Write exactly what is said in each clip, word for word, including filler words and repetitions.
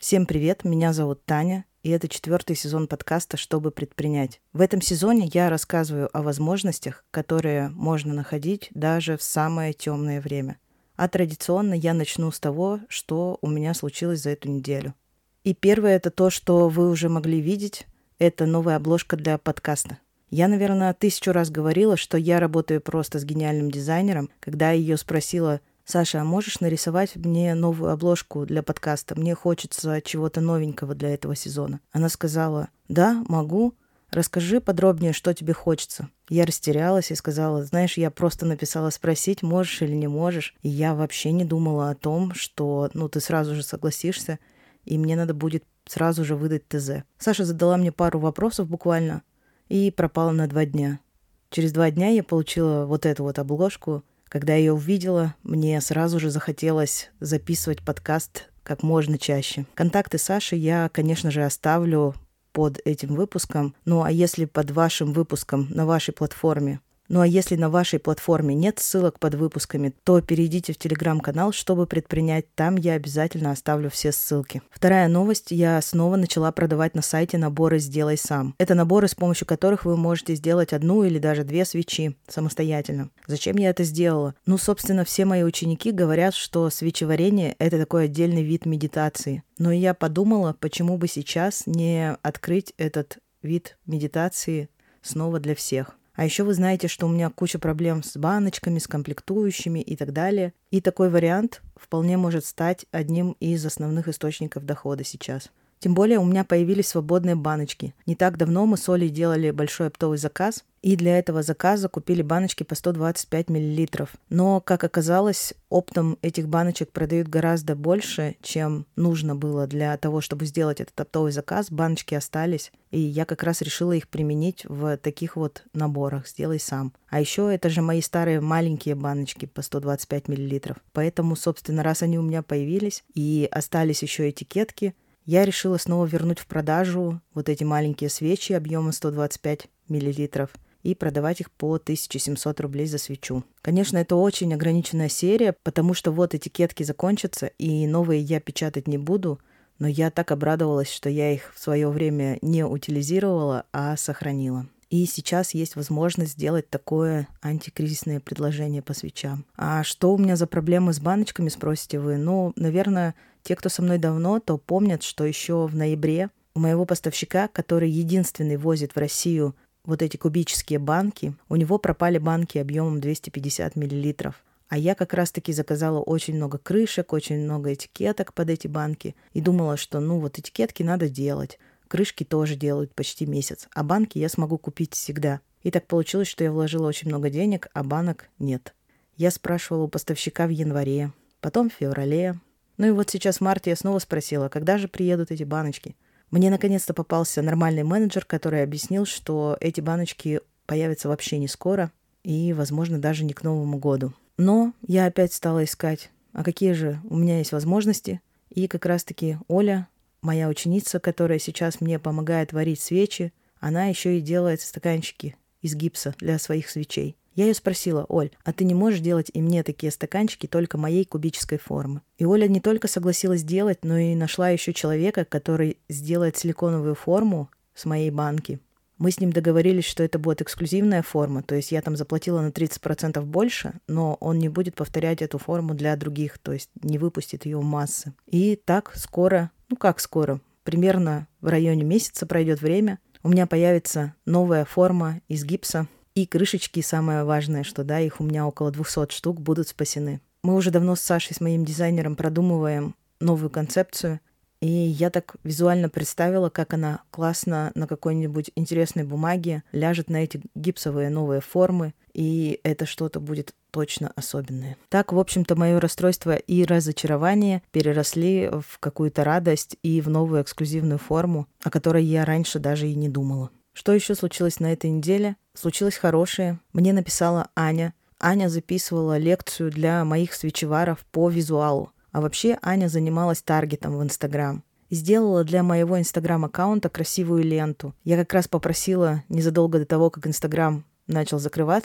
Всем привет, меня зовут Таня, и это четвертый сезон подкаста «Чтобы предпринять». В этом сезоне я рассказываю о возможностях, которые можно находить даже в самое темное время. А традиционно я начну с того, что у меня случилось за эту неделю. И первое — это то, что вы уже могли видеть, это новая обложка для подкаста. Я, наверное, тысячу раз говорила, что я работаю просто с гениальным дизайнером, когда я ее спросила: «Саша, а можешь нарисовать мне новую обложку для подкаста? Мне хочется чего-то новенького для этого сезона». Она сказала: «Да, могу. Расскажи подробнее, что тебе хочется». Я растерялась и сказала: «Знаешь, я просто написала спросить, можешь или не можешь. И я вообще не думала о том, что ну, ты сразу же согласишься, и мне надо будет сразу же выдать ТЗ». Саша задала мне пару вопросов буквально и пропала на два дня. Через два дня я получила вот эту вот обложку. Когда я ее увидела, мне сразу же захотелось записывать подкаст как можно чаще. Контакты Саши я, конечно же, оставлю под этим выпуском. Ну а если под вашим выпуском на вашей платформе, ну а если на вашей платформе нет ссылок под выпусками, то перейдите в телеграм-канал «Чтобы предпринять». Там я обязательно оставлю все ссылки. Вторая новость. Я снова начала продавать на сайте наборы «Сделай сам». Это наборы, с помощью которых вы можете сделать одну или даже две свечи самостоятельно. Зачем я это сделала? Ну, собственно, все мои ученики говорят, что свечеварение — это такой отдельный вид медитации. Но я подумала, почему бы сейчас не открыть этот вид медитации снова для всех. А еще вы знаете, что у меня куча проблем с баночками, с комплектующими и так далее. И такой вариант вполне может стать одним из основных источников дохода сейчас. Тем более у меня появились свободные баночки. Не так давно мы с Олей делали большой оптовый заказ, и для этого заказа купили баночки по сто двадцать пять миллилитров. Но, как оказалось, оптом этих баночек продают гораздо больше, чем нужно было для того, чтобы сделать этот оптовый заказ. Баночки остались, и я как раз решила их применить в таких вот наборах «Сделай сам». А еще это же мои старые маленькие баночки по сто двадцать пять миллилитров. Поэтому, собственно, раз они у меня появились и остались еще этикетки, я решила снова вернуть в продажу вот эти маленькие свечи объемом сто двадцать пять миллилитров и продавать их по тысяча семьсот рублей за свечу. Конечно, это очень ограниченная серия, потому что вот этикетки закончатся, и новые я печатать не буду, но я так обрадовалась, что я их в свое время не утилизировала, а сохранила. И сейчас есть возможность сделать такое антикризисное предложение по свечам. А что у меня за проблемы с баночками, спросите вы? Ну, наверное, те, кто со мной давно, то помнят, что еще в ноябре у моего поставщика, который единственный возит в Россию вот эти кубические банки, у него пропали банки объемом двести пятьдесят миллилитров. А я как раз-таки заказала очень много крышек, очень много этикеток под эти банки и думала, что ну вот этикетки надо делать. Крышки тоже делают почти месяц, а банки я смогу купить всегда. И так получилось, что я вложила очень много денег, а банок нет. Я спрашивала у поставщика в январе, потом в феврале. Ну и вот сейчас в марте я снова спросила, когда же приедут эти баночки. Мне наконец-то попался нормальный менеджер, который объяснил, что эти баночки появятся вообще не скоро и, возможно, даже не к Новому году. Но я опять стала искать, а какие же у меня есть возможности. И как раз-таки Оля, моя ученица, которая сейчас мне помогает варить свечи, она еще и делает стаканчики из гипса для своих свечей. Я ее спросила: «Оль, а ты не можешь делать и мне такие стаканчики, только моей кубической формы?» И Оля не только согласилась делать, но и нашла еще человека, который сделает силиконовую форму с моей банки. Мы с ним договорились, что это будет эксклюзивная форма, то есть я там заплатила на тридцать процентов больше, но он не будет повторять эту форму для других, то есть не выпустит ее в массы. И так скоро, ну как скоро, примерно в районе месяца пройдет время, у меня появится новая форма из гипса. И крышечки, самое важное, что да, их у меня около двухсот штук, будут спасены. Мы уже давно с Сашей, с моим дизайнером, продумываем новую концепцию. И я так визуально представила, как она классно на какой-нибудь интересной бумаге ляжет на эти гипсовые новые формы. И это что-то будет точно особенное. Так, в общем-то, мое расстройство и разочарование переросли в какую-то радость и в новую эксклюзивную форму, о которой я раньше даже и не думала. Что еще случилось на этой неделе? Случилось хорошее. Мне написала Аня. Аня записывала лекцию для моих свечеваров по визуалу. А вообще Аня занималась таргетом в Инстаграм. И сделала для моего Инстаграм-аккаунта красивую ленту. Я как раз попросила незадолго до того, как Инстаграм начал закрываться,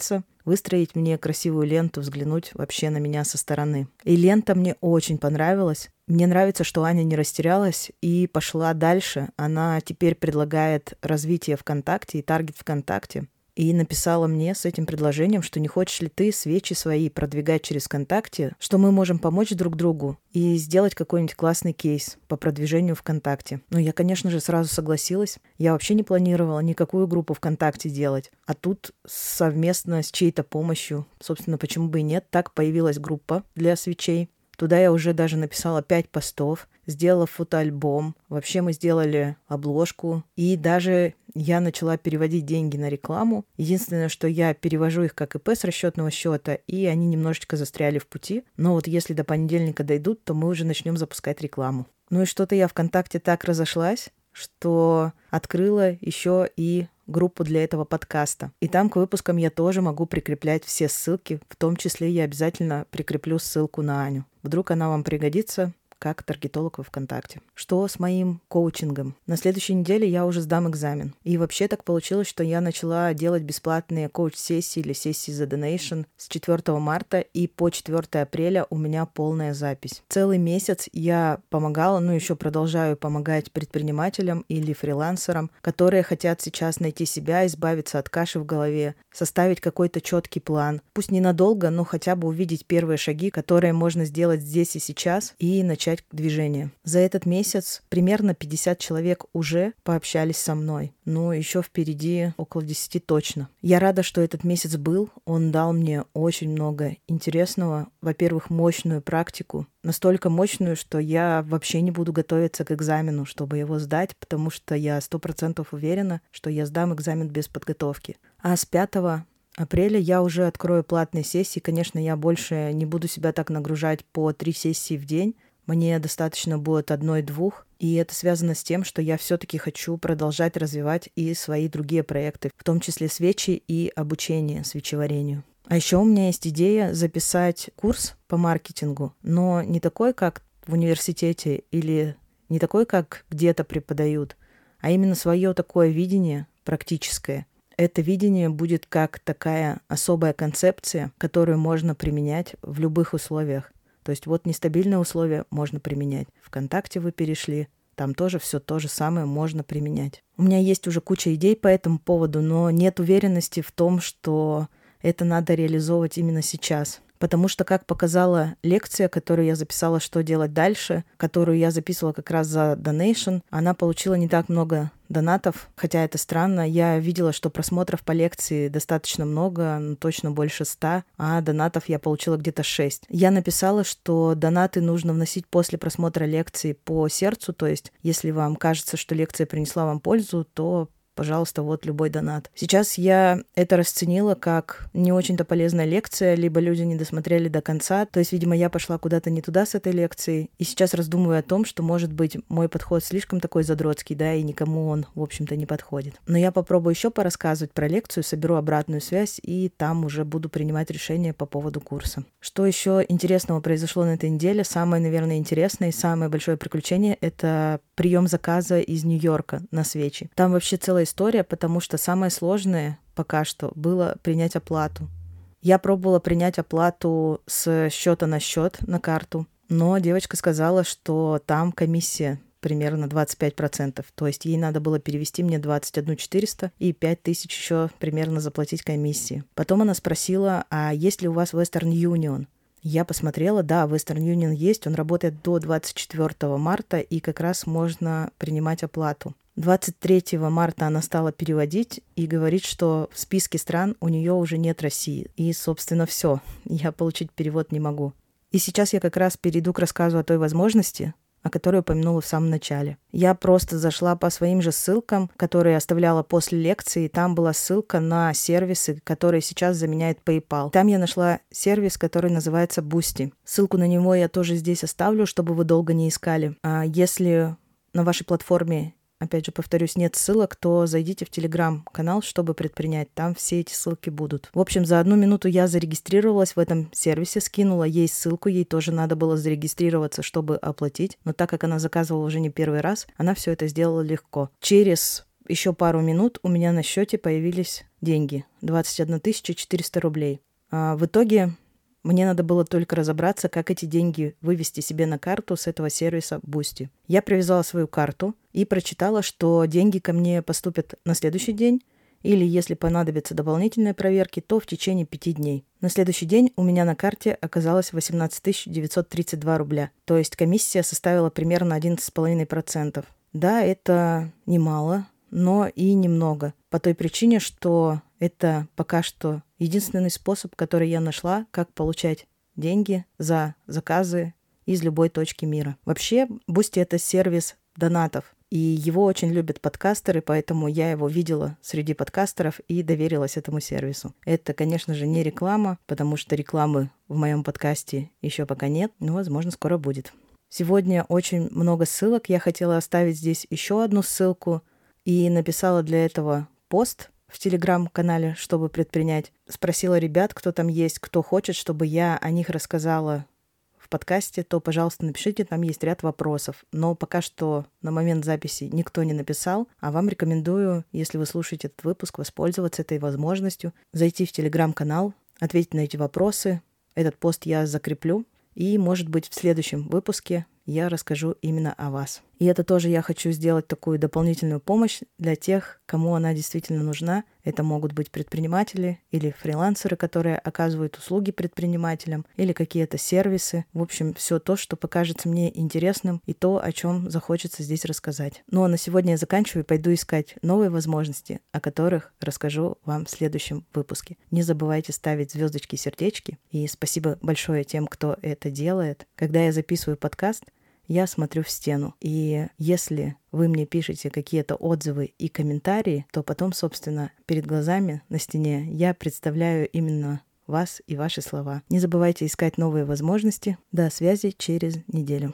выстроить мне красивую ленту, взглянуть вообще на меня со стороны. И лента мне очень понравилась. Мне нравится, что Аня не растерялась и пошла дальше. Она теперь предлагает развитие ВКонтакте и таргет ВКонтакте. И написала мне с этим предложением, что не хочешь ли ты свечи свои продвигать через ВКонтакте, что мы можем помочь друг другу и сделать какой-нибудь классный кейс по продвижению ВКонтакте. Ну, я, конечно же, сразу согласилась. Я вообще не планировала никакую группу ВКонтакте делать. А тут совместно с чьей-то помощью, собственно, почему бы и нет, так появилась группа для свечей. Туда я уже даже написала пять постов, сделала фотоальбом. Вообще мы сделали обложку. И даже я начала переводить деньги на рекламу. Единственное, что я перевожу их как ИП с расчетного счета, и они немножечко застряли в пути. Но вот если до понедельника дойдут, то мы уже начнем запускать рекламу. Ну и что-то я ВКонтакте так разошлась, что открыла еще и группу для этого подкаста. И там к выпускам я тоже могу прикреплять все ссылки, в том числе я обязательно прикреплю ссылку на Аню. Вдруг она вам пригодится как таргетолог во ВКонтакте. Что с моим коучингом? На следующей неделе я уже сдам экзамен. И вообще так получилось, что я начала делать бесплатные коуч-сессии или сессии за донейшн с четвёртого марта, и по четвёртое апреля у меня полная запись. Целый месяц я помогала, ну еще продолжаю помогать предпринимателям или фрилансерам, которые хотят сейчас найти себя, избавиться от каши в голове, составить какой-то четкий план. Пусть ненадолго, но хотя бы увидеть первые шаги, которые можно сделать здесь и сейчас, и начать движение. За этот месяц примерно пятьдесят человек уже пообщались со мной. Ну, еще впереди около десяти точно. Я рада, что этот месяц был. Он дал мне очень много интересного. Во-первых, мощную практику. Настолько мощную, что я вообще не буду готовиться к экзамену, чтобы его сдать, потому что я сто процентов уверена, что я сдам экзамен без подготовки. А с пятого апреля я уже открою платные сессии. Конечно, я больше не буду себя так нагружать по три сессии в день. Мне достаточно будет одной-двух, и это связано с тем, что я все-таки хочу продолжать развивать и свои другие проекты, в том числе свечи и обучение свечеварению. А еще у меня есть идея записать курс по маркетингу, но не такой, как в университете, или не такой, как где-то преподают, а именно свое такое видение практическое. Это видение будет как такая особая концепция, которую можно применять в любых условиях. То есть вот нестабильные условия можно применять. ВКонтакте вы перешли, там тоже все то же самое можно применять. У меня есть уже куча идей по этому поводу, но нет уверенности в том, что это надо реализовывать именно сейчас. Потому что, как показала лекция, которую я записала «Что делать дальше», которую я записывала как раз за донейшн, она получила не так много донатов, хотя это странно. Я видела, что просмотров по лекции достаточно много, ну, точно больше ста, а донатов я получила где-то шесть. Я написала, что донаты нужно вносить после просмотра лекции по сердцу, то есть если вам кажется, что лекция принесла вам пользу, то пожалуйста, вот любой донат. Сейчас я это расценила как не очень-то полезная лекция, либо люди не досмотрели до конца. То есть, видимо, я пошла куда-то не туда с этой лекцией. И сейчас раздумываю о том, что, может быть, мой подход слишком такой задротский, да, и никому он, в общем-то, не подходит. Но я попробую еще порассказывать про лекцию, соберу обратную связь, и там уже буду принимать решения по поводу курса. Что еще интересного произошло на этой неделе? Самое, наверное, интересное и самое большое приключение — это прием заказа из Нью-Йорка на свечи. Там вообще целая история, потому что самое сложное пока что было принять оплату. Я пробовала принять оплату с счета на счет, на карту, но девочка сказала, что там комиссия примерно двадцать пять процентов. То есть ей надо было перевести мне двадцать одну тысячу четыреста и пять тысяч еще примерно заплатить комиссии. Потом она спросила, а есть ли у вас Western Union? Я посмотрела, да, Western Union есть, он работает до двадцать четвёртого марта, и как раз можно принимать оплату. двадцать третьего марта она стала переводить и говорит, что в списке стран у нее уже нет России. И, собственно, все, я получить перевод не могу. И сейчас я как раз перейду к рассказу о той возможности, о которой упомянула в самом начале. Я просто зашла по своим же ссылкам, которые оставляла после лекции, и там была ссылка на сервисы, которые сейчас заменяют PayPal. Там я нашла сервис, который называется Boosty. Ссылку на него я тоже здесь оставлю, чтобы вы долго не искали. А если на вашей платформе, опять же, повторюсь, нет ссылок, то зайдите в Telegram-канал, чтобы предпринять. Там все эти ссылки будут. В общем, за одну минуту я зарегистрировалась в этом сервисе, скинула ей ссылку. Ей тоже надо было зарегистрироваться, чтобы оплатить. Но так как она заказывала уже не первый раз, она все это сделала легко. Через еще пару минут у меня на счете появились деньги. двадцать одна тысяча четыреста рублей. А в итоге мне надо было только разобраться, как эти деньги вывести себе на карту с этого сервиса Boosty. Я привязала свою карту и прочитала, что деньги ко мне поступят на следующий день, или если понадобятся дополнительные проверки, то в течение пяти дней. На следующий день у меня на карте оказалось восемнадцать тысяч девятьсот тридцать два рубля, то есть комиссия составила примерно одиннадцать целых пять десятых процента. Да, это немало, но и немного, по той причине, что это пока что единственный способ, который я нашла, как получать деньги за заказы из любой точки мира. Вообще, Boosty — это сервис донатов, и его очень любят подкастеры, поэтому я его видела среди подкастеров и доверилась этому сервису. Это, конечно же, не реклама, потому что рекламы в моем подкасте еще пока нет, но, возможно, скоро будет. Сегодня очень много ссылок. Я хотела оставить здесь еще одну ссылку и написала для этого пост в телеграм-канале «Чтобы предпринять». Спросила ребят, кто там есть, кто хочет, чтобы я о них рассказала в подкасте, то, пожалуйста, напишите, там есть ряд вопросов. Но пока что на момент записи никто не написал, а вам рекомендую, если вы слушаете этот выпуск, воспользоваться этой возможностью, зайти в телеграм-канал, ответить на эти вопросы. Этот пост я закреплю, и, может быть, в следующем выпуске я расскажу именно о вас. И это тоже я хочу сделать такую дополнительную помощь для тех, кому она действительно нужна. Это могут быть предприниматели или фрилансеры, которые оказывают услуги предпринимателям, или какие-то сервисы. В общем, все то, что покажется мне интересным, и то, о чем захочется здесь рассказать. Ну а на сегодня я заканчиваю и пойду искать новые возможности, о которых расскажу вам в следующем выпуске. Не забывайте ставить звездочки, сердечки. И спасибо большое тем, кто это делает. Когда я записываю подкаст, я смотрю в стену. И если вы мне пишете какие-то отзывы и комментарии, то потом, собственно, перед глазами на стене я представляю именно вас и ваши слова. Не забывайте искать новые возможности. До связи через неделю.